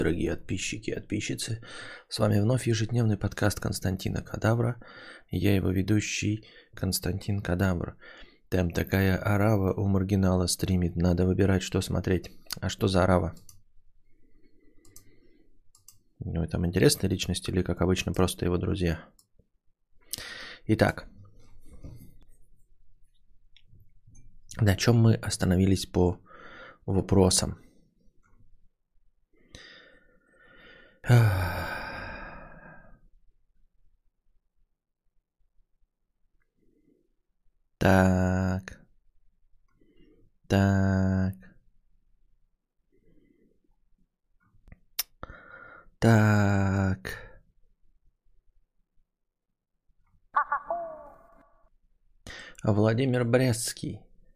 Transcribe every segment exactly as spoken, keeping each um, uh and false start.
Дорогие подписчики и подписчицы, с вами вновь ежедневный подкаст Константина Кадавра. Я его ведущий Константин Кадавр. Там такая орава у маргинала стримит, надо выбирать, что смотреть. А что за орава? Ну, там интересные личности или, как обычно, просто его друзья? Итак, на чем мы остановились по вопросам? Так. Так. Так. Владимир Брестский.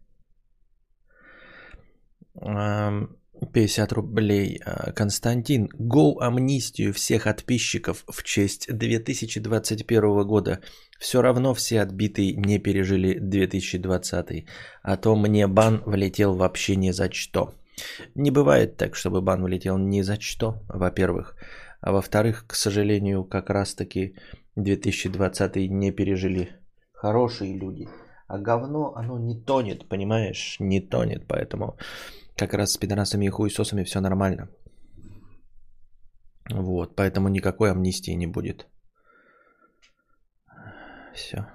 пятьдесят рублей. Константин, гоу амнистию всех подписчиков в честь две тысячи двадцать первого года. Все равно все отбитые не пережили две тысячи двадцатый. А то мне бан влетел вообще ни за что. Не бывает так, чтобы бан влетел ни за что, во-первых. А во-вторых, к сожалению, как раз-таки две тысячи двадцатый не пережили хорошие люди. А говно, оно не тонет, понимаешь? Не тонет, поэтому... Как раз с пидорасами и хуесосами все нормально. Вот, поэтому никакой амнистии не будет. Все.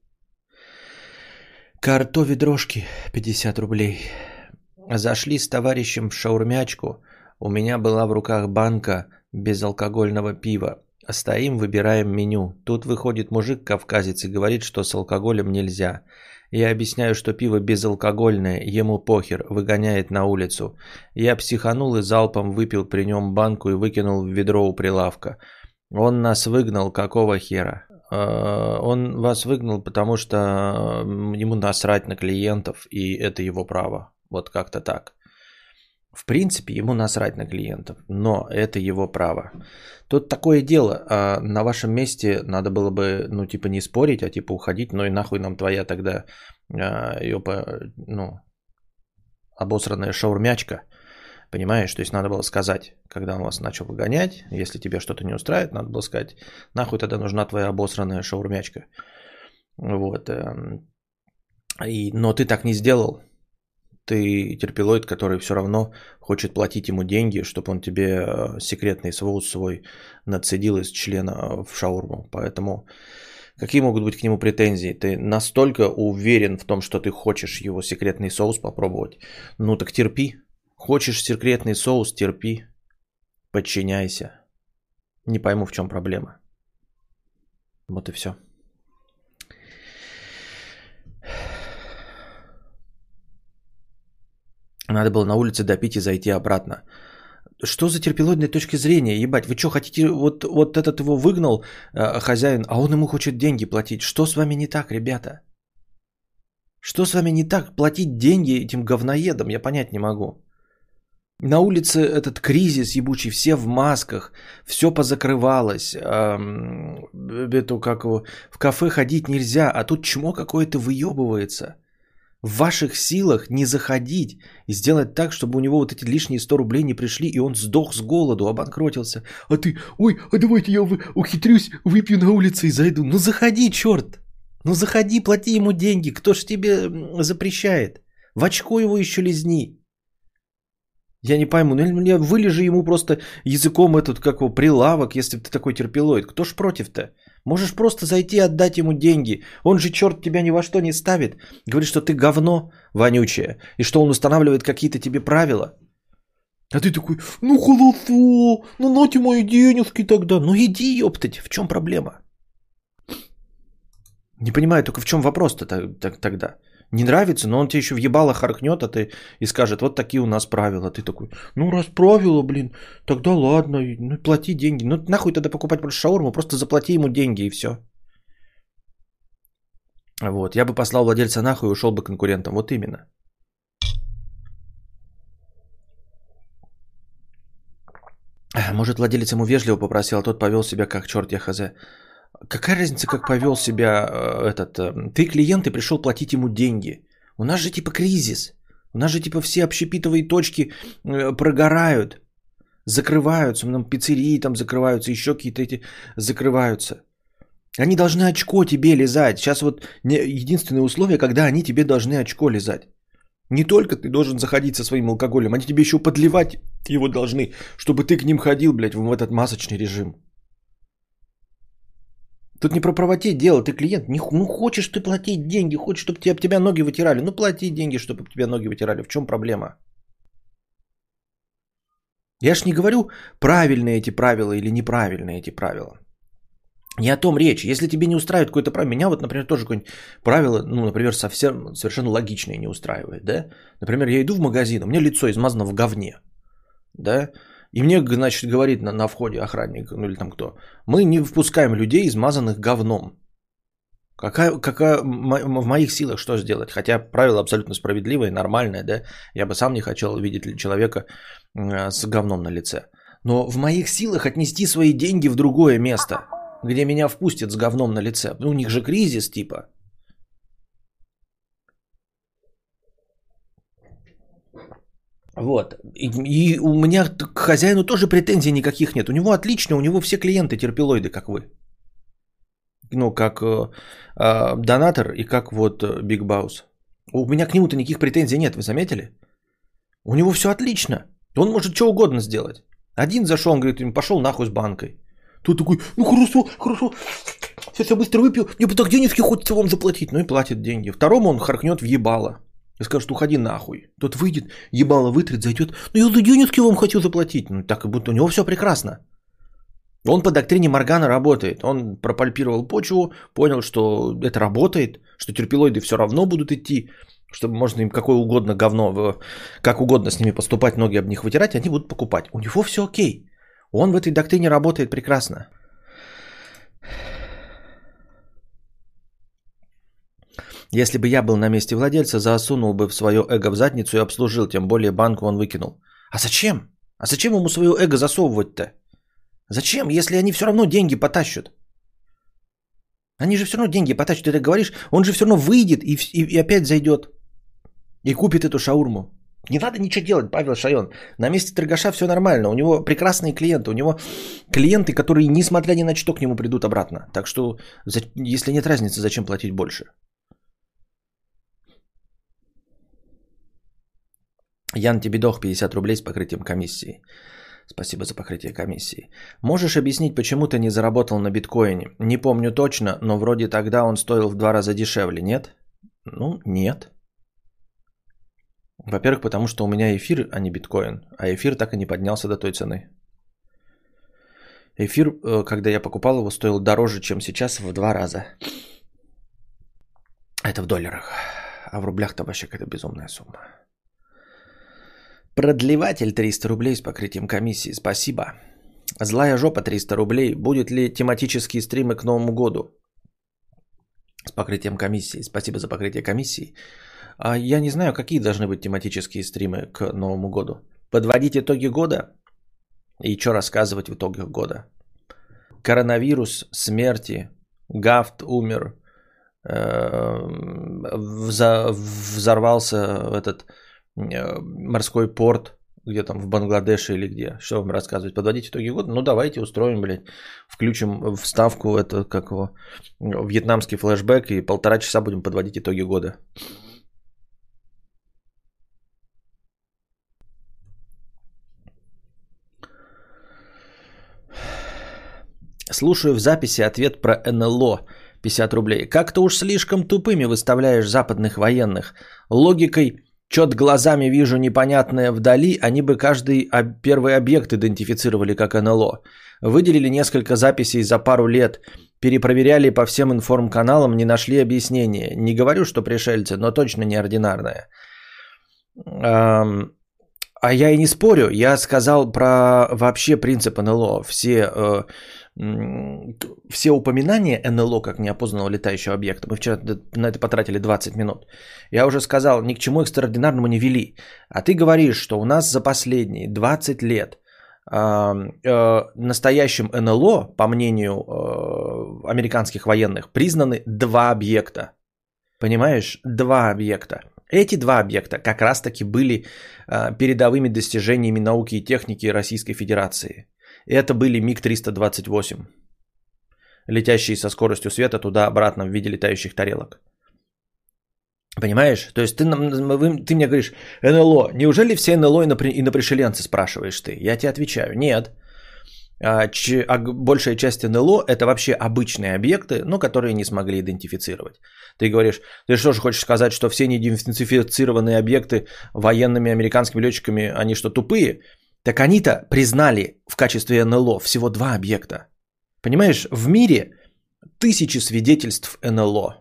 Карто дрожки пятьдесят рублей. Зашли с товарищем в шаурмячку. У меня была в руках банка безалкогольного пива. Стоим, выбираем меню. Тут выходит мужик-кавказец и говорит, что с алкоголем нельзя. Я объясняю, что пиво безалкогольное, ему похер, выгоняет на улицу. Я психанул и залпом выпил при нем банку и выкинул в ведро у прилавка. Он нас выгнал, какого хера? Он вас выгнал, потому что ему насрать на клиентов, и это его право. Вот как-то так. В принципе, ему насрать на клиентов, но это его право. Тут такое дело, на вашем месте надо было бы, ну, типа не спорить, а типа уходить, ну и нахуй нам твоя тогда, ёпа, ну, обосранная шаурмячка, понимаешь? То есть надо было сказать, когда он вас начал выгонять, если тебе что-то не устраивает, надо было сказать, нахуй тогда нужна твоя обосранная шаурмячка. Вот. И, но ты так не сделал. Ты терпилоид, который все равно хочет платить ему деньги, чтобы он тебе секретный соус свой нацедил из члена в шаурму. Поэтому какие могут быть к нему претензии? Ты настолько уверен в том, что ты хочешь его секретный соус попробовать. Ну так терпи. Хочешь секретный соус, терпи. Подчиняйся. Не пойму, в чем проблема. Вот и все. Надо было на улице допить и зайти обратно. Что за терпилоидная точка зрения? Ебать, вы что, хотите, вот, вот этот его выгнал э, хозяин, а он ему хочет деньги платить. Что с вами не так, ребята? Что с вами не так? Платить деньги этим говноедам, я понять не могу. На улице этот кризис ебучий, все в масках, все позакрывалось. Эм, это как его, в кафе ходить нельзя, а тут чмо какое-то выебывается. В ваших силах не заходить и сделать так, чтобы у него вот эти лишние сто рублей не пришли, и он сдох с голоду, обанкротился. А ты, ой, а давайте я вы, ухитрюсь, выпью на улице и зайду. Ну заходи, черт. Ну заходи, плати ему деньги. Кто ж тебе запрещает? В очко его еще лизни. Я не пойму, ну вылежи ему просто языком этот, как его, прилавок, если ты такой терпилоид. Кто ж против-то? Можешь просто зайти и отдать ему деньги. Он же, черт, тебя ни во что не ставит. Говорит, что ты говно вонючее. И что он устанавливает какие-то тебе правила. А ты такой, ну хорошо, ну нате мои денежки тогда. Ну иди, ёптать, в чем проблема? Не понимаю, только в чем вопрос-то тогда? Не нравится, но он тебе еще въебало харкнет, а ты и скажет, вот такие у нас правила. Ты такой, ну раз правила, блин, тогда ладно, ну плати деньги. Ну нахуй тогда покупать просто шаурму, просто заплати ему деньги и все. Вот, я бы послал владельца нахуй и ушел бы конкурентом, вот именно. Может, владелец ему вежливо попросил, а тот повел себя как черт, я хз. Какая разница, как повел себя этот... Ты клиент и пришел платить ему деньги. У нас же типа кризис. У нас же типа все общепитовые точки прогорают. Закрываются, там пиццерии там закрываются, еще какие-то эти закрываются. Они должны очко тебе лизать. Сейчас вот единственное условие, когда они тебе должны очко лизать. Не только ты должен заходить со своим алкоголем, они тебе еще подливать его должны, чтобы ты к ним ходил, блядь, в этот масочный режим. Тут не про правоте дело, ты клиент. Не, ну хочешь ты платить деньги, хочешь, чтобы тебе, тебя ноги вытирали. Ну плати деньги, чтобы тебя ноги вытирали. В чем проблема? Я ж не говорю, правильные эти правила или неправильные эти правила. Не о том речь. Если тебе не устраивает какое-то правило, меня вот, например, тоже какое-нибудь правило, ну, например, совсем, совершенно логичное не устраивает, да? Например, я иду в магазин, у меня лицо измазано в говне, да? И мне, значит, говорит на, на входе охранник, ну или там кто, мы не впускаем людей, измазанных говном. Какая, какая в моих силах что сделать? Хотя правило абсолютно справедливое, нормальное, да? Я бы сам не хотел видеть человека с говном на лице. Но в моих силах отнести свои деньги в другое место, где меня впустят с говном на лице. Ну, у них же кризис типа. Вот. И, и у меня к хозяину тоже претензий никаких нет. У него отлично, у него все клиенты терпилоиды, как вы. Ну, как э, э, донатор и как вот Big Boss. У меня к нему-то никаких претензий нет, вы заметили? У него все отлично. Он может что угодно сделать. Один зашел, он говорит, пошел нахуй с банкой. Тут такой, ну хорошо, хорошо, сейчас я быстро выпью, мне бы так денежки хочется вам заплатить. Ну и платит деньги. Второму он харкнет в ебало. И скажет, уходи нахуй. Тот выйдет, ебало вытрет, зайдет, ну я за денежки вам хочу заплатить. Ну так и будто у него все прекрасно. Он по доктрине Моргана работает. Он пропальпировал почву, понял, что это работает, что терпилоиды все равно будут идти, чтобы можно им какое угодно говно, как угодно с ними поступать, ноги об них вытирать, они будут покупать. У него все окей. Он в этой доктрине работает прекрасно. Если бы я был на месте владельца, засунул бы в свое эго в задницу и обслужил, тем более банку он выкинул. А зачем? А зачем ему свое эго засовывать-то? Зачем, если они все равно деньги потащат? Они же все равно деньги потащат, ты так говоришь, он же все равно выйдет и, и, и опять зайдет. И купит эту шаурму. Не надо ничего делать, Павел Шайон. На месте торгаша все нормально. У него прекрасные клиенты. У него клиенты, которые, несмотря ни на что, к нему придут обратно. Так что, если нет разницы, зачем платить больше? Ян Тебедох, пятьдесят рублей с покрытием комиссии. Спасибо за покрытие комиссии. Можешь объяснить, почему ты не заработал на биткоине? Не помню точно, но вроде тогда он стоил в два раза дешевле, нет? Ну, нет. Во-первых, потому что у меня эфир, а не биткоин. А эфир так и не поднялся до той цены. Эфир, когда я покупал его, стоил дороже, чем сейчас в два раза. Это в долларах. А в рублях-то вообще какая-то безумная сумма. Продлеватель триста рублей с покрытием комиссии. Спасибо. Злая жопа триста рублей. Будет ли тематические стримы к Новому году? С покрытием комиссии. Спасибо за покрытие комиссии. А я не знаю, какие должны быть тематические стримы к Новому году. Подводить итоги года? И что рассказывать в итогах года? Коронавирус, смерти, Гафт умер, взорвался этот морской порт, где там в Бангладеше или где. Что вам рассказывать? Подводить итоги года? Ну давайте устроим, блядь. Включим вставку, это как его, вьетнамский флешбэк, и полтора часа будем подводить итоги года. Слушаю в записи ответ про эн эл о. пятьдесят рублей. Как-то уж слишком тупыми выставляешь западных военных. Логикой, чёт глазами вижу непонятное вдали, они бы каждый первый объект идентифицировали как эн эл о. Выделили несколько записей за пару лет. Перепроверяли по всем информканалам, не нашли объяснения. Не говорю, что пришельцы, но точно неординарное. А я и не спорю. Я сказал про вообще принцип эн эл о. Все... Все упоминания эн эл о как неопознанного летающего объекта, мы вчера на это потратили двадцать минут, я уже сказал, ни к чему экстраординарному не вели. А ты говоришь, что у нас за последние двадцать лет э, э, настоящим эн эл о, по мнению э, американских военных, признаны два объекта. Понимаешь? Два объекта. Эти два объекта как раз-таки были э, передовыми достижениями науки и техники Российской Федерации. Это были миг триста двадцать восемь, летящие со скоростью света туда-обратно в виде летающих тарелок. Понимаешь? То есть ты, ты мне говоришь, эн эл о, неужели все эн эл о инопришеленцы, спрашиваешь ты? Я тебе отвечаю, нет. А, ч, а большая часть эн эл о это вообще обычные объекты, но которые не смогли идентифицировать. Ты говоришь, ты что же хочешь сказать, что все неидентифицированные объекты военными американскими летчиками, они что, тупые? Так они-то признали в качестве эн эл о всего два объекта. Понимаешь, в мире тысячи свидетельств эн эл о.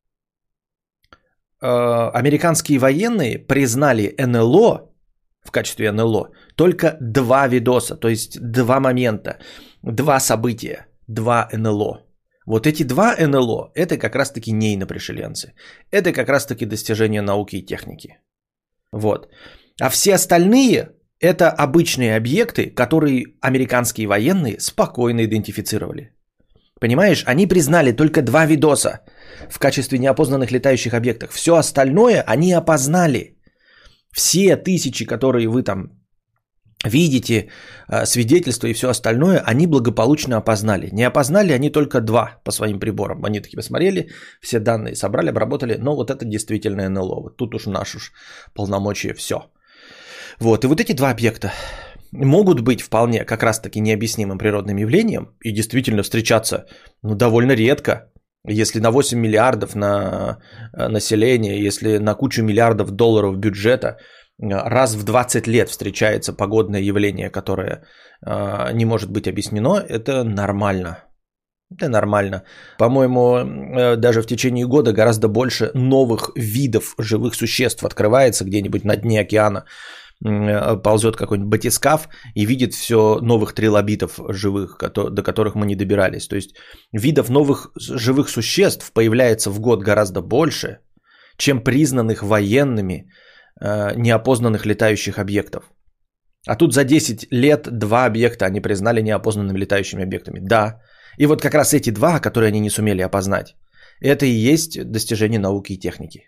Американские военные признали эн эл о в качестве эн эл о только два видоса, то есть два момента, два события, два эн эл о. Вот эти два эн эл о это как раз-таки не инопришеленцы. Это как раз-таки достижения науки и техники. Вот. А все остальные это обычные объекты, которые американские военные спокойно идентифицировали. Понимаешь, они признали только два видоса в качестве неопознанных летающих объектов. Все остальное они опознали. Все тысячи, которые вы там видите, свидетельства и все остальное, они благополучно опознали. Не опознали они только два по своим приборам. Они такие посмотрели, все данные собрали, обработали. Но вот это действительно эн эл о. Вот тут уж наш уж полномочия все. Вот, и вот эти два объекта могут быть вполне как раз-таки необъяснимым природным явлением и действительно встречаться ну, довольно редко. Если на восемь миллиардов на население, если на кучу миллиардов долларов бюджета раз в двадцать лет встречается погодное явление, которое не может быть объяснено, это нормально. Это нормально. По-моему, даже в течение года гораздо больше новых видов живых существ открывается где-нибудь на дне океана. Ползет какой-нибудь батискаф и видит все новых трилобитов живых, до которых мы не добирались. То есть видов новых живых существ появляется в год гораздо больше, чем признанных военными неопознанных летающих объектов. А тут за десять лет два объекта они признали неопознанными летающими объектами. Да. И вот как раз эти два, которые они не сумели опознать, это и есть достижение науки и техники.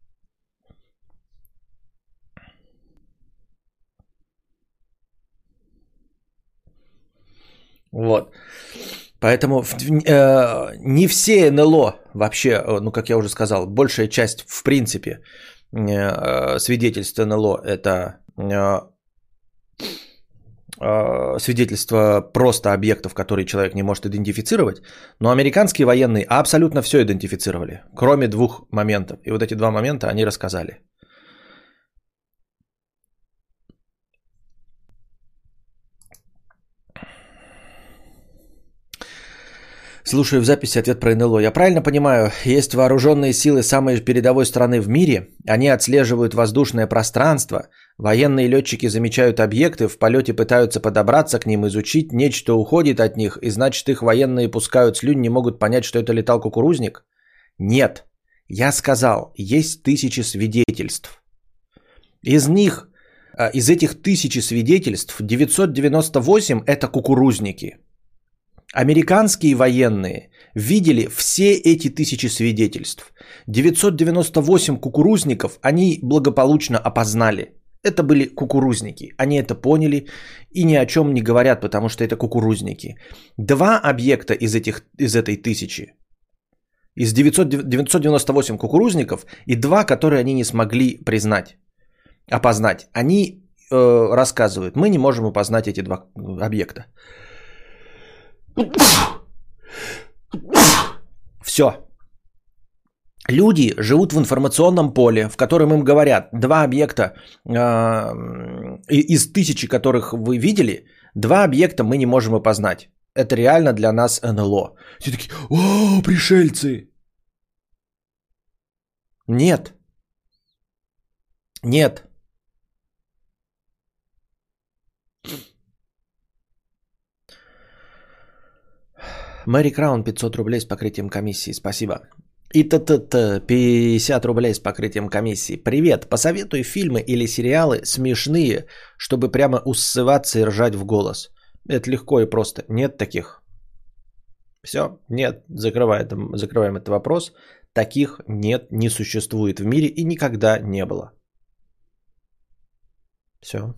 Вот. Поэтому э, не все эн эл о вообще, ну как я уже сказал, большая часть в принципе э, свидетельств эн эл о это э, э, свидетельства просто объектов, которые человек не может идентифицировать, но американские военные абсолютно все идентифицировали, кроме двух моментов. И вот эти два момента они рассказали. Слушаю в записи ответ про эн эл о. Я правильно понимаю, есть вооруженные силы самой передовой страны в мире, они отслеживают воздушное пространство, военные летчики замечают объекты, в полете пытаются подобраться к ним, изучить, нечто уходит от них, и значит их военные пускают слюнь, не могут понять, что это летал кукурузник? Нет, я сказал, есть тысячи свидетельств. Из них, из этих тысячи свидетельств, девятьсот девяносто восемь это кукурузники. Американские военные видели все эти тысячи свидетельств. девятьсот девяносто восемь кукурузников они благополучно опознали. Это были кукурузники. Они это поняли и ни о чем не говорят, потому что это кукурузники. Два объекта из, этих, из этой тысячи. Из девятьсот девяносто восемь кукурузников и два, которые они не смогли признать, опознать. Они э, рассказывают, мы не можем опознать эти два объекта. Все. Люди живут в информационном поле, в котором им говорят, два объекта э, из тысячи, которых вы видели, два объекта мы не можем опознать. Это реально для нас эн эл о. Все такие, о, пришельцы. Нет. Нет. Мэри Краун пятьсот рублей с покрытием комиссии. Спасибо. И т-т-т пятьдесят рублей с покрытием комиссии. Привет. Посоветуй фильмы или сериалы смешные, чтобы прямо усываться и ржать в голос. Это легко и просто. Нет таких. Все, нет, закрываем, закрываем этот вопрос. Таких нет, не существует в мире и никогда не было. Все.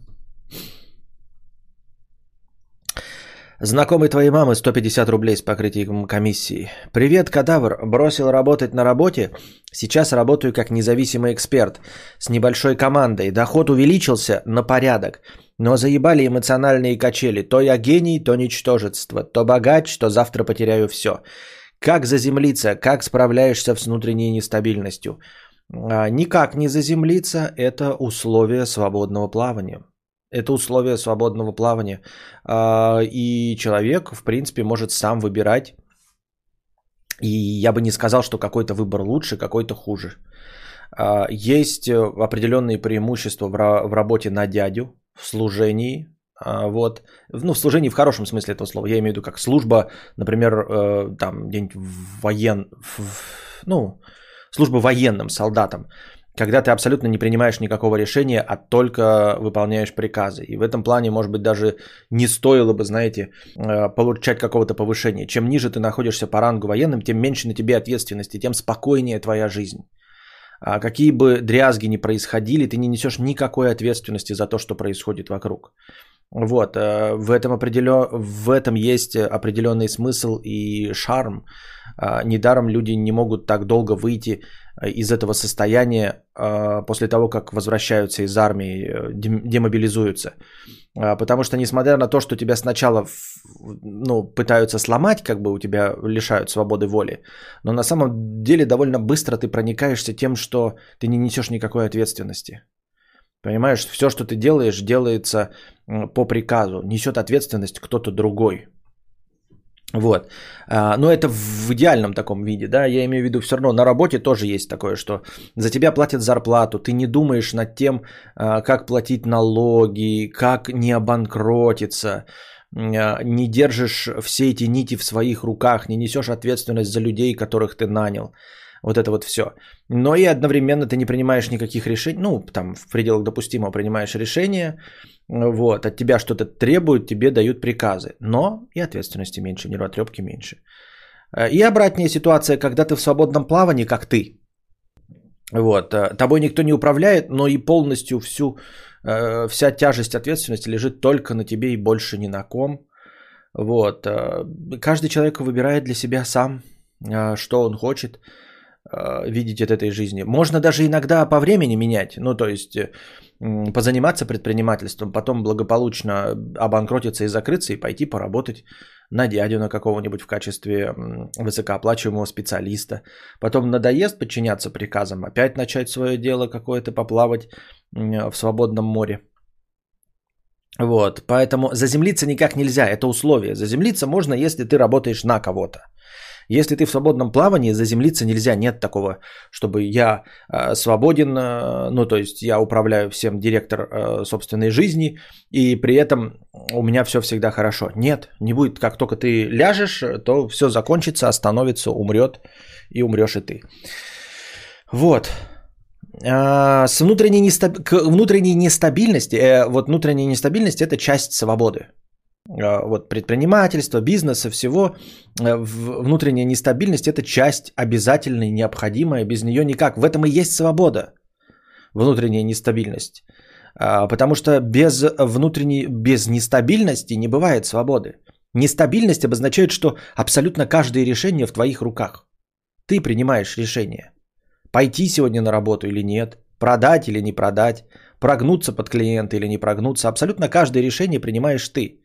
Знакомый твоей мамы сто пятьдесят рублей с покрытием комиссии. Привет, кадавр. Бросил работать на работе. Сейчас работаю как независимый эксперт с небольшой командой. Доход увеличился на порядок. Но заебали эмоциональные качели. То я гений, то ничтожество. То богач, то завтра потеряю все. Как заземлиться? Как справляешься с внутренней нестабильностью? А, никак не заземлиться. Это условие свободного плавания. Это условие свободного плавания. И человек, в принципе, может сам выбирать. И я бы не сказал, что какой-то выбор лучше, какой-то хуже. Есть определенные преимущества в работе на дядю, в служении. Вот. Ну, в служении в хорошем смысле этого слова. Я имею в виду как служба, например, там где-нибудь воен... Ну, служба военным солдатам. Когда ты абсолютно не принимаешь никакого решения, а только выполняешь приказы. И в этом плане, может быть, даже не стоило бы, знаете, получать какого-то повышения. Чем ниже ты находишься по рангу военным, тем меньше на тебе ответственности, тем спокойнее твоя жизнь. А какие бы дрязги ни происходили, ты не несешь никакой ответственности за то, что происходит вокруг. Вот, в этом, определен... в этом есть определенный смысл и шарм. Недаром люди не могут так долго выйти из этого состояния после того, как возвращаются из армии, демобилизуются. Потому что несмотря на то, что тебя сначала ну, пытаются сломать, как бы у тебя лишают свободы воли, но на самом деле довольно быстро ты проникаешься тем, что ты не несешь никакой ответственности. Понимаешь, все, что ты делаешь, делается по приказу. Несет ответственность кто-то другой. Вот. Но это в идеальном таком виде, да, я имею в виду, все равно на работе тоже есть такое, что за тебя платят зарплату, ты не думаешь над тем, как платить налоги, как не обанкротиться, не держишь все эти нити в своих руках, не несешь ответственность за людей, которых ты нанял. Вот это вот все. Но и одновременно ты не принимаешь никаких решений, ну, там, в пределах допустимого принимаешь решения, вот, от тебя что-то требуют, тебе дают приказы, но и ответственности меньше, нервотрепки меньше. И обратная ситуация, когда ты в свободном плавании, как ты, вот, тобой никто не управляет, но и полностью всю, вся тяжесть ответственности лежит только на тебе и больше ни на ком. Вот, каждый человек выбирает для себя сам, что он хочет видеть от этой жизни. Можно даже иногда по времени менять, ну то есть позаниматься предпринимательством, потом благополучно обанкротиться и закрыться и пойти поработать на дядю на какого-нибудь в качестве высокооплачиваемого специалиста. Потом надоест подчиняться приказам, опять начать свое дело какое-то, поплавать в свободном море. Вот, поэтому заземлиться никак нельзя, это условие. Заземлиться можно, если ты работаешь на кого-то. Если ты в свободном плавании, заземлиться нельзя. Нет такого, чтобы я э, свободен, э, ну то есть я управляю всем, директор э, собственной жизни, и при этом у меня все всегда хорошо. Нет, не будет. Как только ты ляжешь, то все закончится, остановится, умрет, и умрешь и ты. Вот. А, с внутренней, нестаб... к внутренней нестабильности, э, вот внутренняя нестабильность – это часть свободы. Вот предпринимательство, бизнеса, всего, внутренняя нестабильность – это часть обязательная, необходимая, без нее никак. В этом и есть свобода, внутренняя нестабильность. Потому что без внутренней, без нестабильности не бывает свободы. Нестабильность обозначает, что абсолютно каждое решение в твоих руках. Ты принимаешь решение. Пойти сегодня на работу или нет, продать или не продать, прогнуться под клиента или не прогнуться. Абсолютно каждое решение принимаешь ты.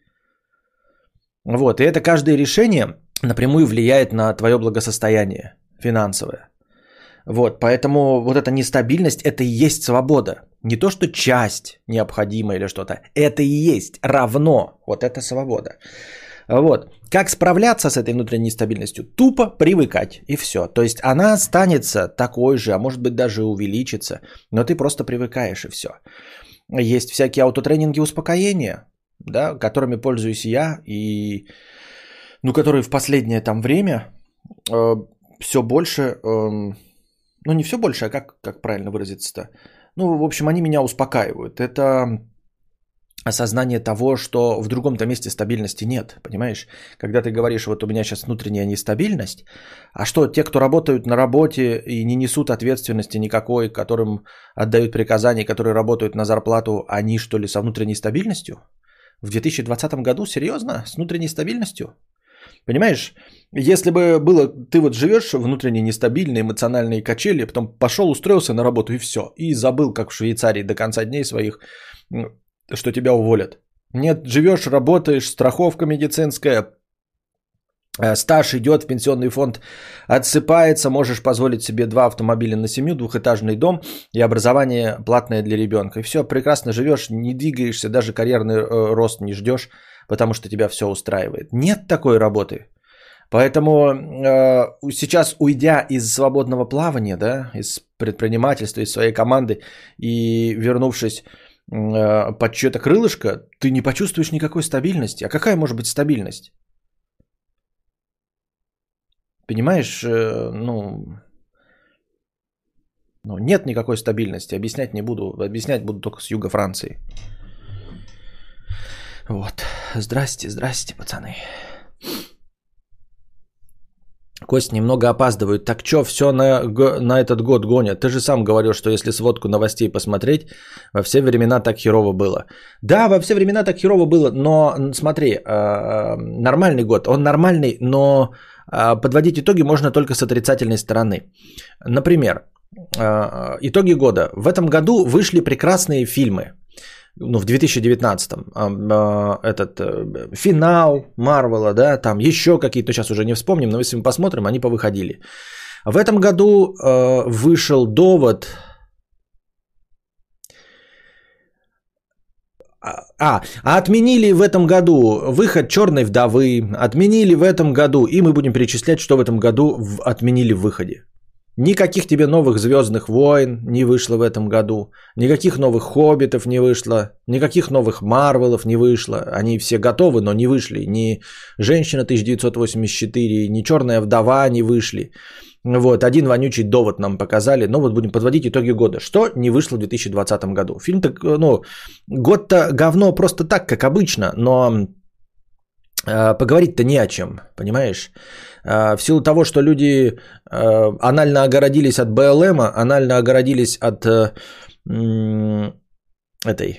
Вот, и это каждое решение напрямую влияет на твое благосостояние финансовое. Вот, поэтому вот эта нестабильность – это и есть свобода. Не то, что часть необходима или что-то. Это и есть равно. Вот это свобода. Вот. Как справляться с этой внутренней нестабильностью? Тупо привыкать, и все. То есть она останется такой же, а может быть даже увеличится, но ты просто привыкаешь, и все. Есть всякие аутотренинги успокоения, да, которыми пользуюсь я, и, ну, которые в последнее там время э, все больше, э, ну, не все больше, а как, как правильно выразиться-то? Ну, в общем, они меня успокаивают. Это осознание того, что в другом-то месте стабильности нет, понимаешь? Когда ты говоришь, вот у меня сейчас внутренняя нестабильность, а что, те, кто работают на работе и не несут ответственности никакой, которым отдают приказания, которые работают на зарплату, они что ли со внутренней стабильностью? В две тысячи двадцатом году? Серьезно? С внутренней стабильностью? Понимаешь, если бы было, ты вот живешь внутренне нестабильные эмоциональные качели, потом пошел, устроился на работу и все, и забыл, как в Швейцарии до конца дней своих, что тебя уволят. Нет, живешь, работаешь, страховка медицинская, стаж идет в пенсионный фонд, отсыпается, можешь позволить себе два автомобиля на семью, двухэтажный дом и образование платное для ребенка. И все, прекрасно живешь, не двигаешься, даже карьерный рост не ждешь, потому что тебя все устраивает. Нет такой работы. Поэтому э, сейчас, уйдя из свободного плавания, да, из предпринимательства, из своей команды и вернувшись э, под чье-то крылышко, ты не почувствуешь никакой стабильности. А какая может быть стабильность? Понимаешь, э, ну, ну, нет никакой стабильности. Объяснять не буду. Объяснять буду только с юга Франции. Вот. Здрасте, здрасте, пацаны. Кость, немного опаздывают. Так что, все на, на этот год гонят? Ты же сам говорил, что если сводку новостей посмотреть, во все времена так херово было. Да, во все времена так херово было, но смотри, нормальный год, он нормальный, но подводить итоги можно только с отрицательной стороны. Например, итоги года. В этом году вышли прекрасные фильмы. Ну, в две тысячи девятнадцатом этот финал Марвела, да, там еще какие-то, сейчас уже не вспомним, но если мы посмотрим, они повыходили. В этом году э, вышел «Довод». А, а отменили в этом году выход «Черной вдовы», отменили в этом году, и мы будем перечислять, что в этом году в, отменили в выходе. Никаких тебе новых «Звездных войн» не вышло в этом году. Никаких новых «Хоббитов» не вышло. Никаких новых «Марвелов» не вышло. Они все готовы, но не вышли. Ни «Женщина тысяча девятьсот восемьдесят четыре», ни «Черная вдова» не вышли. Вот, один вонючий «Довод» нам показали. Но вот будем подводить итоги года. Что не вышло в две тысячи двадцатом году? Фильм так, ну, год-то говно просто так, как обычно, но э, поговорить-то не о чем, понимаешь? В силу того, что люди э, анально огородились от бэ эл эм, анально огородились от э, э, этой,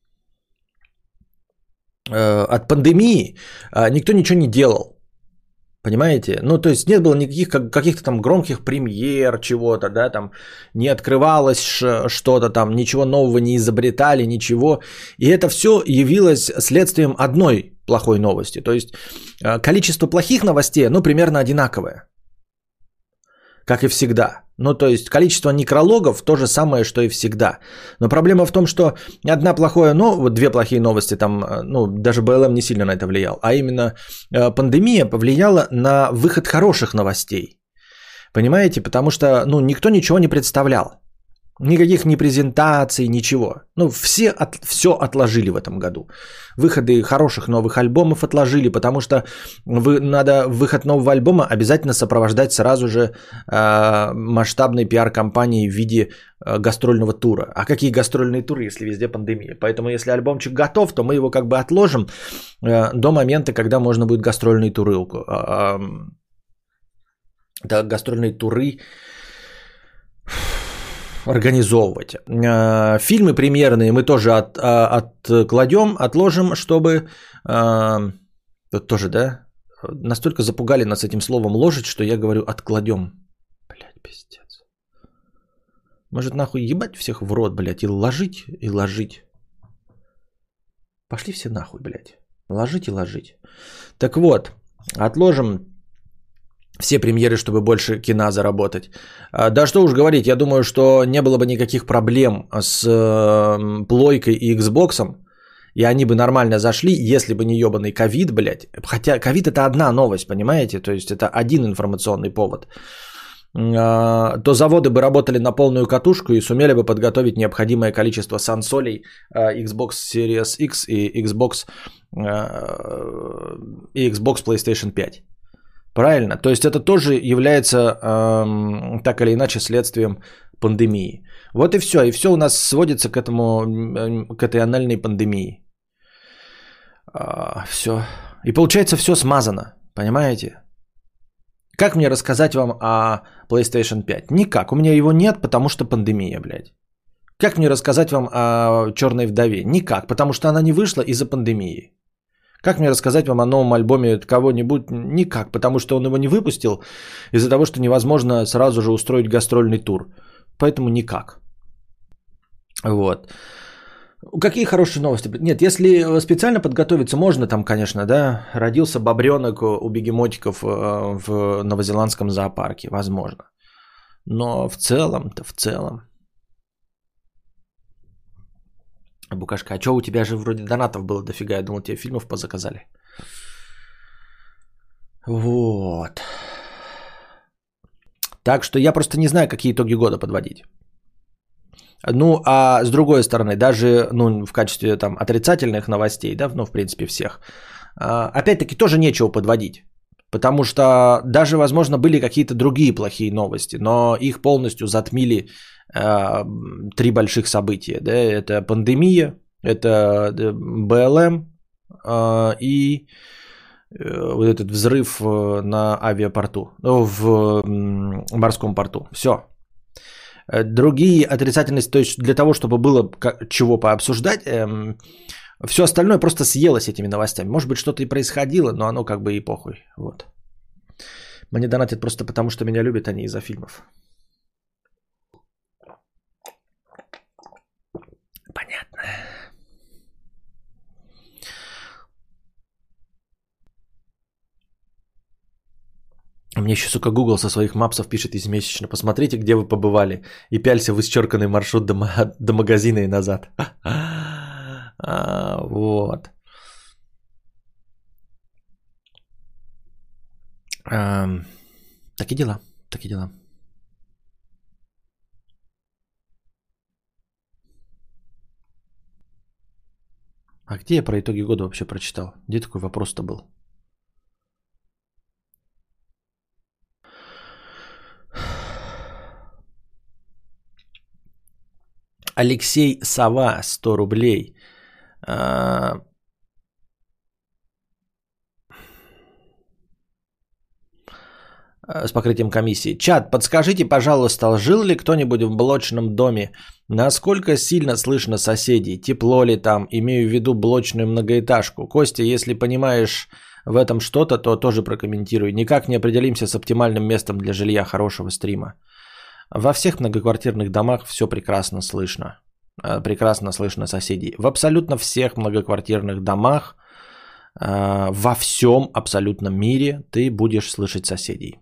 э, от пандемии, э, никто ничего не делал. Понимаете? Ну, то есть, не было никаких как, каких-то там громких премьер, чего-то, да, там не открывалось что-то там, ничего нового не изобретали, ничего. И это все явилось следствием одной плохой новости. То есть, количество плохих новостей, ну, примерно одинаковое, как и всегда. Ну, то есть, количество некрологов то же самое, что и всегда. Но проблема в том, что одна плохая, ну, вот две плохие новости, там, ну, даже бэ эл эм не сильно на это влиял, а именно пандемия повлияла на выход хороших новостей. Понимаете? Потому что, ну, никто ничего не представлял. Никаких ни презентаций, ничего. Ну, все, от, все отложили в этом году. Выходы хороших новых альбомов отложили, потому что вы, надо выход нового альбома обязательно сопровождать сразу же э, масштабной пиар-компанией в виде э, гастрольного тура. А какие гастрольные туры, если везде пандемия? Поэтому, если альбомчик готов, то мы его как бы отложим э, до момента, когда можно будет гастрольные туры. Э, э, да, гастрольные туры организовывать. Фильмы премьерные мы тоже от, откладем, отложим, чтобы... Тут тоже, да? Настолько запугали нас этим словом ложить, что я говорю откладем. Блядь, пиздец. Может нахуй ебать всех в рот, блядь, и ложить, и ложить. Пошли все нахуй, блядь. Ложить и ложить. Так вот, отложим все премьеры, чтобы больше кино заработать. Да что уж говорить, я думаю, что не было бы никаких проблем с плойкой и Xbox, и они бы нормально зашли, если бы не ебаный ковид, блядь. Хотя ковид это одна новость, понимаете? То есть это один информационный повод. То заводы бы работали на полную катушку и сумели бы подготовить необходимое количество сансолей Xbox Series X и Xbox, и Xbox PlayStation пять. Правильно? То есть это тоже является э, так или иначе следствием пандемии. Вот и все. И все у нас сводится к этому, к этой анальной пандемии. А, все. И получается, все смазано. Понимаете? Как мне рассказать вам о PlayStation пять? Никак. У меня его нет, потому что пандемия, блядь. Как мне рассказать вам о «Черной вдове»? Никак, потому что она не вышла из-за пандемии. Как мне рассказать вам о новом альбоме кого-нибудь? Никак, потому что он его не выпустил из-за того, что невозможно сразу же устроить гастрольный тур. Поэтому никак. Вот. Какие хорошие новости? Нет, если специально подготовиться, можно там, конечно, да. Родился бобренок у бегемотиков в новозеландском зоопарке, возможно. Но в целом-то, в целом. Букашка, а что у тебя же вроде донатов было дофига, я думал, тебе фильмов позаказали. Вот. Так что я просто не знаю, какие итоги года подводить. Ну, а с другой стороны, даже ну, в качестве там, отрицательных новостей, да, ну, в принципе, всех, опять-таки тоже нечего подводить. Потому что даже, возможно, были какие-то другие плохие новости, но их полностью затмили э, три больших события. Да? Это пандемия, это БЛМ э, и э, вот этот взрыв на авиапорту, ну, в э, морском порту. Все. Другие отрицательности, то есть для того, чтобы было чего пообсуждать, э, все остальное просто съелось этими новостями. Может быть, что-то и происходило, но оно как бы и похуй. Вот. Мне донатят просто потому, что меня любят, а не из-за фильмов. Понятно. Мне еще, сука, Google со своих мапсов пишет ежемесячно. Посмотрите, где вы побывали. И пялься в исчерканный маршрут до, до магазина и назад. А, вот. А, такие дела. Такие дела. А где я про итоги года вообще прочитал? Где такой вопрос-то был? Алексей Сова, сто рублей. А... С покрытием комиссии. Чат, подскажите, пожалуйста, жил ли кто-нибудь в блочном доме? Насколько сильно слышно соседей? Тепло ли там? Имею в виду блочную многоэтажку. Костя, если понимаешь в этом что-то, то тоже прокомментируй. Никак не определимся с оптимальным местом для жилья хорошего стрима. Во всех многоквартирных домах все прекрасно слышно. Прекрасно слышно соседей. В абсолютно всех многоквартирных домах, во всем абсолютном мире ты будешь слышать соседей.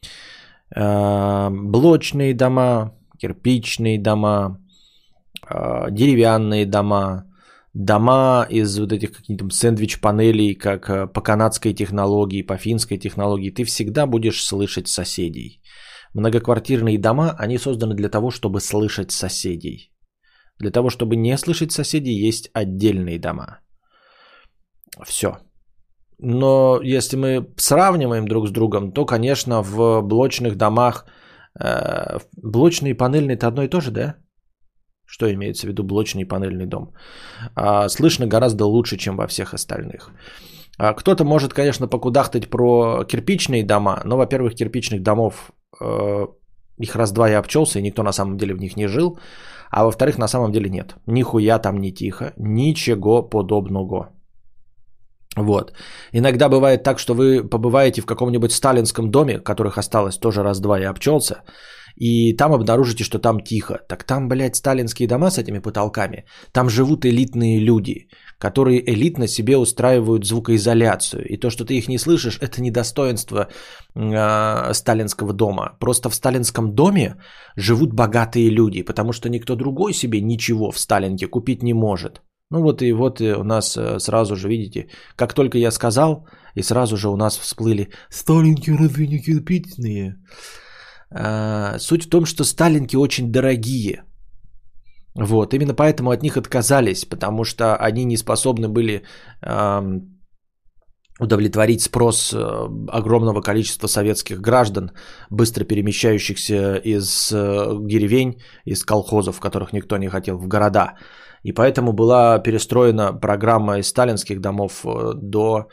Блочные дома, кирпичные дома, деревянные дома, дома из вот этих каких-то сэндвич-панелей, как по канадской технологии, по финской технологии, ты всегда будешь слышать соседей. Многоквартирные дома, они созданы для того, чтобы слышать соседей. Для того, чтобы не слышать соседей, есть отдельные дома. Все. Но если мы сравниваем друг с другом, то, конечно, в блочных домах, э, блочный и панельный это одно и то же, да? Что имеется в виду блочный и панельный дом? А, слышно гораздо лучше, чем во всех остальных. А, кто-то может, конечно, покудахтать про кирпичные дома, но, во-первых, кирпичных домов э, их раз-два я обчелся, и никто на самом деле в них не жил. А во-вторых, на самом деле нет. Нихуя там не тихо. Ничего подобного. Вот. Иногда бывает так, что вы побываете в каком-нибудь сталинском доме, которых осталось тоже раз-два я обчелся, и там обнаружите, что там тихо. Так там, блядь, сталинские дома с этими потолками. Там живут элитные люди, которые элитно себе устраивают звукоизоляцию. И то, что ты их не слышишь, это не достоинство э, сталинского дома. Просто в сталинском доме живут богатые люди, потому что никто другой себе ничего в Сталинке купить не может. Ну вот и вот у нас сразу же, видите, как только я сказал, и сразу же у нас всплыли «Сталинки разве не кирпичные?» а, Суть в том, что сталинки очень дорогие. Вот, именно поэтому от них отказались, потому что они не способны были э, удовлетворить спрос огромного количества советских граждан, быстро перемещающихся из деревень, из колхозов, в которых никто не хотел, в города. И поэтому была перестроена программа из сталинских домов до,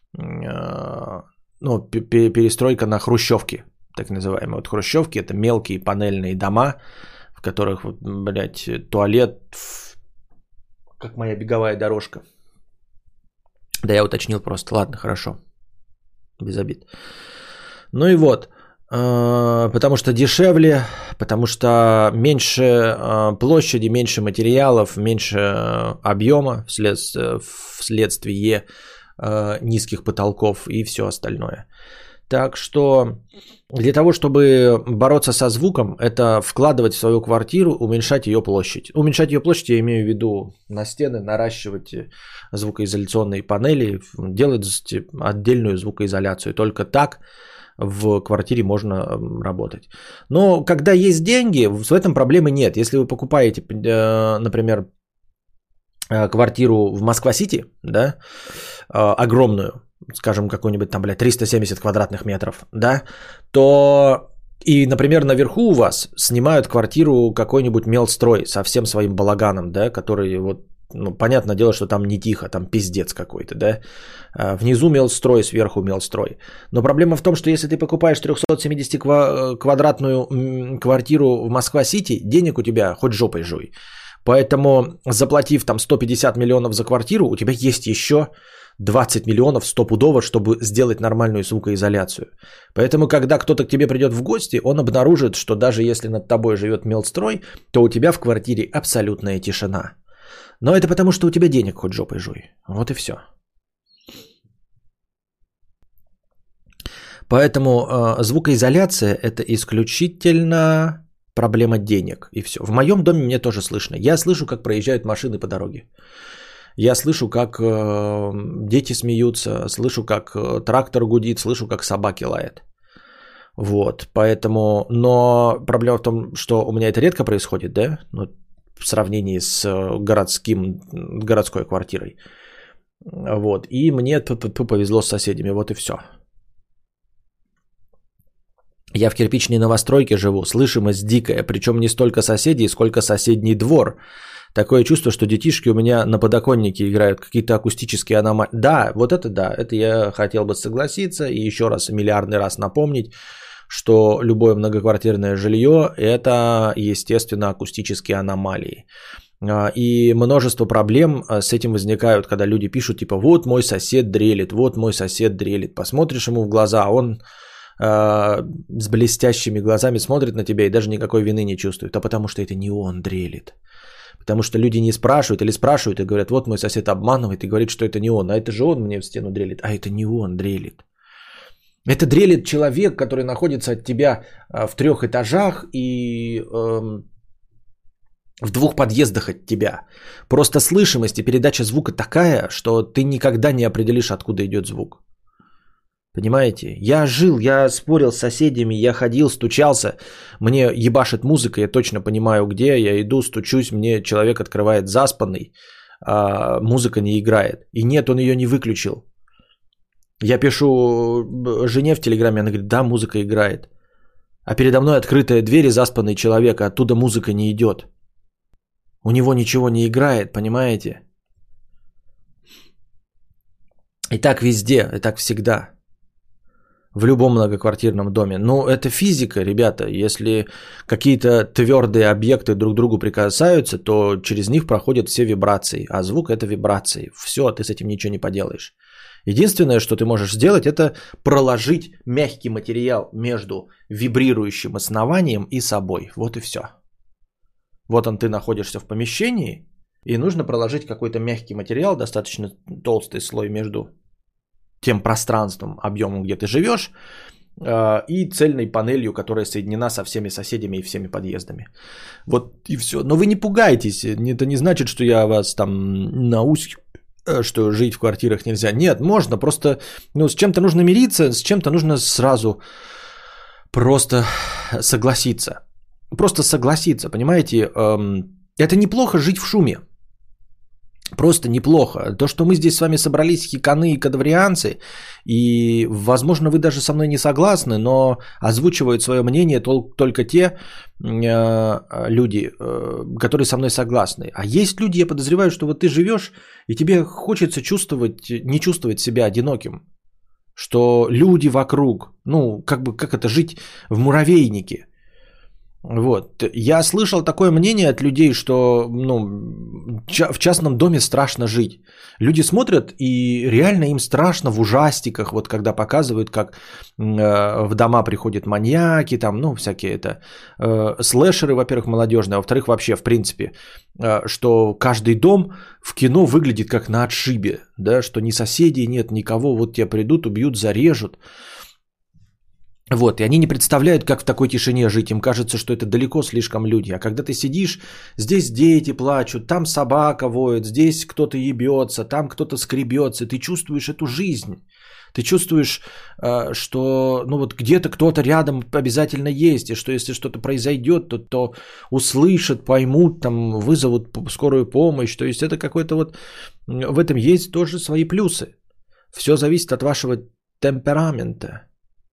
ну, перестройка на хрущевки, так называемые. Вот хрущевки – это мелкие панельные дома, в которых, блядь, туалет, как моя беговая дорожка. Да я уточнил просто. Ладно, хорошо. Без обид. Ну и вот. Потому что дешевле, потому что меньше площади, меньше материалов, меньше объема вследствие низких потолков и все остальное. Так что для того, чтобы бороться со звуком, это вкладывать в свою квартиру, уменьшать ее площадь. Уменьшать ее площадь, я имею в виду на стены, наращивать звукоизоляционные панели, делать отдельную звукоизоляцию. Только так в квартире можно работать. Но когда есть деньги, в этом проблемы нет. Если вы покупаете, например, квартиру в Москва-Сити, да, огромную, скажем, какой-нибудь там, блядь, триста семьдесят квадратных метров, да, то и, например, наверху у вас снимают квартиру какой-нибудь мелстрой со всем своим балаганом, да, который вот, ну, понятное дело, что там не тихо, там пиздец какой-то, да, внизу мелстрой, сверху мелстрой. Но проблема в том, что если ты покупаешь триста семьдесят квадратную квартиру в Москва-Сити, денег у тебя хоть жопой жуй. Поэтому, заплатив там сто пятьдесят миллионов за квартиру, у тебя есть еще двадцать миллионов стопудово, чтобы сделать нормальную звукоизоляцию. Поэтому, когда кто-то к тебе придет в гости, он обнаружит, что даже если над тобой живет мелстрой, то у тебя в квартире абсолютная тишина. Но это потому, что у тебя денег хоть жопой жуй. Вот и все. Поэтому э, звукоизоляция – это исключительно проблема денег. И все. В моем доме мне тоже слышно. Я слышу, как проезжают машины по дороге. Я слышу, как э, дети смеются, слышу, как э, трактор гудит, слышу, как собаки лают. Вот, поэтому, но проблема в том, что у меня это редко происходит, да, ну, в сравнении с городским, городской квартирой. Вот, и мне тут повезло с соседями, вот и все. Я в кирпичной новостройке живу, слышимость дикая, причем не столько соседей, сколько соседний двор. Такое чувство, что детишки у меня на подоконнике играют, какие-то акустические аномалии. Да, вот это да, это я хотел бы согласиться и еще раз, миллиардный раз напомнить, что любое многоквартирное жилье – это, естественно, акустические аномалии. И множество проблем с этим возникают, когда люди пишут, типа, вот мой сосед дрелит, вот мой сосед дрелит. Посмотришь ему в глаза, он э, с блестящими глазами смотрит на тебя и даже никакой вины не чувствует, а потому что это не он дрелит. Потому что люди не спрашивают или спрашивают и говорят, вот мой сосед обманывает и говорит, что это не он, а это же он мне в стену дрелит, а это не он дрелит. Это дрелит человек, который находится от тебя в трех этажах и э, в двух подъездах от тебя. Просто слышимость и передача звука такая, что ты никогда не определишь, откуда идет звук. Понимаете? Я жил, я спорил с соседями, я ходил, стучался. Мне ебашит музыка, я точно понимаю, где. Я иду, стучусь, мне человек открывает заспанный, а музыка не играет. И нет, он ее не выключил. Я пишу жене в Телеграме, она говорит, да, музыка играет. А передо мной открытая дверь и заспанный человек, а оттуда музыка не идет. У него ничего не играет, понимаете? И так везде, и так всегда. В любом многоквартирном доме. Но это физика, ребята. Если какие-то твердые объекты друг к другу прикасаются, то через них проходят все вибрации. А звук – это вибрации. Все, ты с этим ничего не поделаешь. Единственное, что ты можешь сделать, это проложить мягкий материал между вибрирующим основанием и собой. Вот и все. Вот он, ты находишься в помещении, и нужно проложить какой-то мягкий материал, достаточно толстый слой между тем пространством, объемом, где ты живешь, и цельной панелью, которая соединена со всеми соседями и всеми подъездами. Вот и все. Но вы не пугайтесь. Это не значит, что я вас там наускиваю, что жить в квартирах нельзя. Нет, можно. Просто ну, с чем-то нужно мириться, с чем-то нужно сразу просто согласиться. Просто согласиться, понимаете? Это неплохо жить в шуме. Просто неплохо. То, что мы здесь с вами собрались, хиканы и кадаврианцы, и, возможно, вы даже со мной не согласны, но озвучивают свое мнение тол- только те э, люди, э, которые со мной согласны. А есть люди, я подозреваю, что вот ты живешь, и тебе хочется чувствовать, не чувствовать себя одиноким. Что люди вокруг, ну, как бы, как это, жить в муравейнике. Вот. Я слышал такое мнение от людей, что ну, в частном доме страшно жить. Люди смотрят, и реально им страшно в ужастиках, вот когда показывают, как э, в дома приходят маньяки, там, ну, всякие это, э, слэшеры, во-первых, молодежные, а во-вторых, вообще, в принципе, э, что каждый дом в кино выглядит как на отшибе, да, что ни соседей нет, никого, вот тебя придут, убьют, зарежут. Вот, и они не представляют, как в такой тишине жить. Им кажется, что это далеко слишком люди. А когда ты сидишь, здесь дети плачут, там собака воет, здесь кто-то ебется, там кто-то скребется. Ты чувствуешь эту жизнь. Ты чувствуешь, что ну вот где-то кто-то рядом обязательно есть. И что если что-то произойдет, то, то услышат, поймут, там, вызовут скорую помощь. То есть это какой-то вот... В этом есть тоже свои плюсы. Все зависит от вашего темперамента.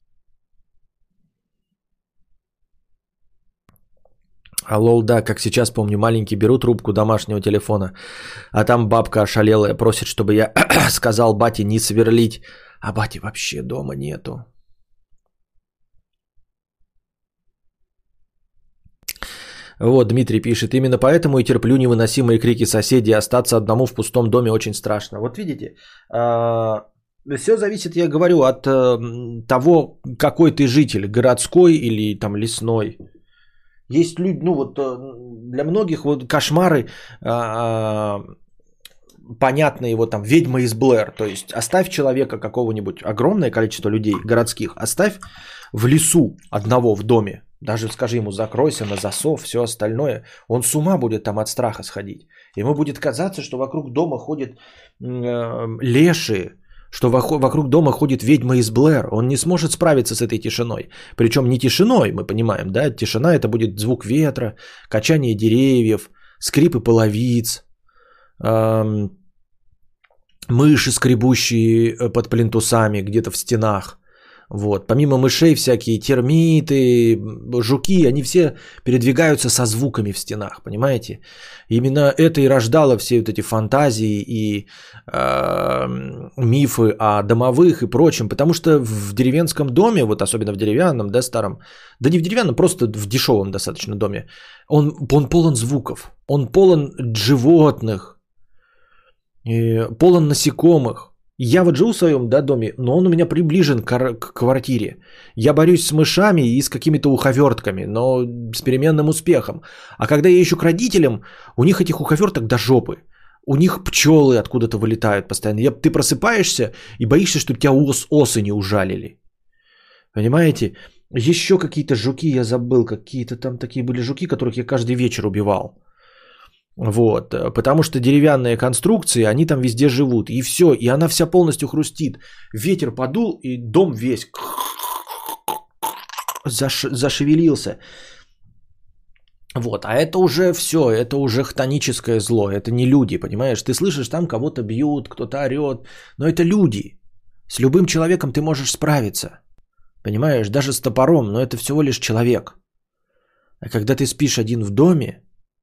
А лол, да, как сейчас помню, маленький беру трубку домашнего телефона, а там бабка ошалелая просит, чтобы я сказал бате не сверлить, а бати вообще дома нету. Вот, Дмитрий пишет, именно поэтому и терплю невыносимые крики соседей, остаться одному в пустом доме очень страшно. Вот видите, все зависит, я говорю, от того, какой ты житель, городской или там лесной. Есть люди, ну вот для многих вот кошмары а, понятные, вот там ведьма из Блэр. То есть оставь человека какого-нибудь, огромное количество людей городских, оставь в лесу одного в доме. Даже скажи ему, закройся на засов, все остальное. Он с ума будет там от страха сходить. Ему будет казаться, что вокруг дома ходят э, лешие, что вокруг дома ходит ведьма из Блэр. Он не сможет справиться с этой тишиной. Причем не тишиной, мы понимаем, да? Тишина это будет звук ветра, качание деревьев, скрипы половиц, эм, мыши, скребущие под плинтусами где-то в стенах. Вот. Помимо мышей всякие термиты, жуки, они все передвигаются со звуками в стенах, понимаете? Именно это и рождало все вот эти фантазии и э, мифы о домовых и прочем, потому что в деревенском доме, вот особенно в деревянном, да, старом, да не в деревянном, просто в дешевом достаточно доме, он, он полон звуков, он полон животных, полон насекомых. Я вот живу в своем да, доме, но он у меня приближен к, к квартире. Я борюсь с мышами и с какими-то уховертками, но с переменным успехом. А когда я ищу к родителям, у них этих уховерток до жопы. У них пчелы откуда-то вылетают постоянно. Я, ты просыпаешься и боишься, чтобы тебя ос, осы не ужалили. Понимаете? Еще какие-то жуки я забыл. Какие-то там такие были жуки, которых я каждый вечер убивал. Вот, потому что деревянные конструкции, они там везде живут, и все, и она вся полностью хрустит. Ветер подул, и дом весь заш... зашевелился. Вот, а это уже все, это уже хтоническое зло, это не люди, понимаешь? Ты слышишь, там кого-то бьют, кто-то орет, но это люди. С любым человеком ты можешь справиться, понимаешь? Даже с топором, но это всего лишь человек. А когда ты спишь один в доме,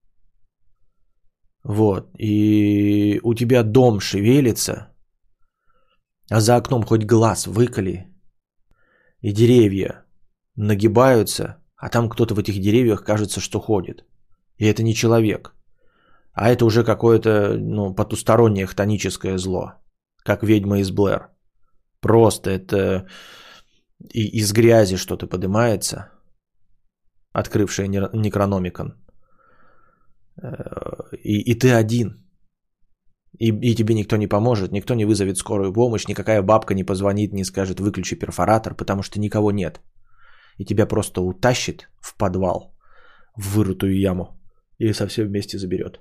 вот, и у тебя дом шевелится, а за окном хоть глаз выколи, и деревья нагибаются, а там кто-то в этих деревьях кажется, что ходит. И это не человек, а это уже какое-то ну, потустороннее хтоническое зло, как ведьма из Блэр. Просто это и из грязи что-то поднимается, открывшее Некрономикон. И, и ты один. И, и тебе никто не поможет, никто не вызовет скорую помощь, никакая бабка не позвонит, не скажет выключи перфоратор, потому что никого нет. И тебя просто утащит в подвал, в вырытую яму и совсем вместе заберет.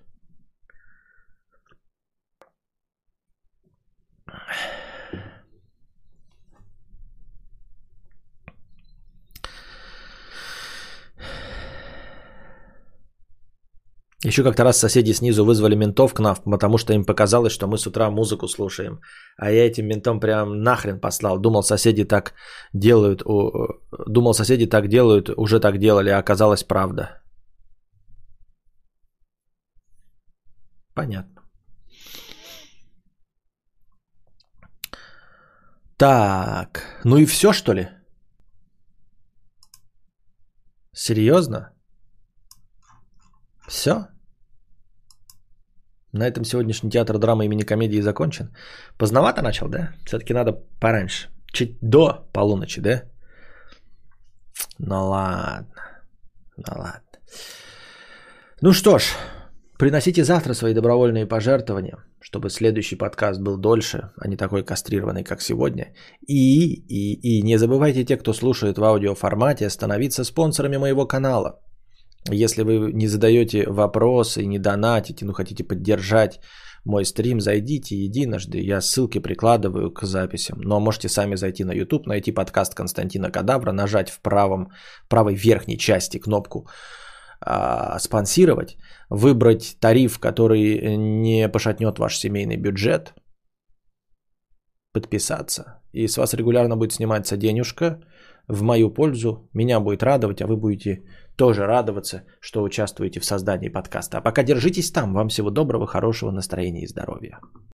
Еще как-то раз соседи снизу вызвали ментов к нам, потому что им показалось, что мы с утра музыку слушаем. А я этим ментом прям нахрен послал. Думал, соседи так делают, думал, соседи так делают, уже так делали, а оказалось правда. Понятно. Так, ну и все, что ли? Серьезно? Все? На этом сегодняшний театр драмы и мини-комедии закончен. Поздновато начал, да? Все-таки надо пораньше. Чуть до полуночи, да? Ну ладно. Ну ладно. Ну что ж, приносите завтра свои добровольные пожертвования, чтобы следующий подкаст был дольше, а не такой кастрированный, как сегодня. И, и, и не забывайте, те, кто слушает в аудиоформате, становиться спонсорами моего канала. Если вы не задаете вопросы, не донатите, ну хотите поддержать мой стрим, зайдите единожды. Я ссылки прикладываю к записям. Но можете сами зайти на YouTube, найти подкаст Константина Кадавра, нажать в правом, правой верхней части кнопку а, «Спонсировать», выбрать тариф, который не пошатнет ваш семейный бюджет, подписаться. И с вас регулярно будет сниматься денежка в мою пользу. Меня будет радовать, а вы будете тоже радоваться, что участвуете в создании подкаста. А пока держитесь там. Вам всего доброго, хорошего настроения и здоровья.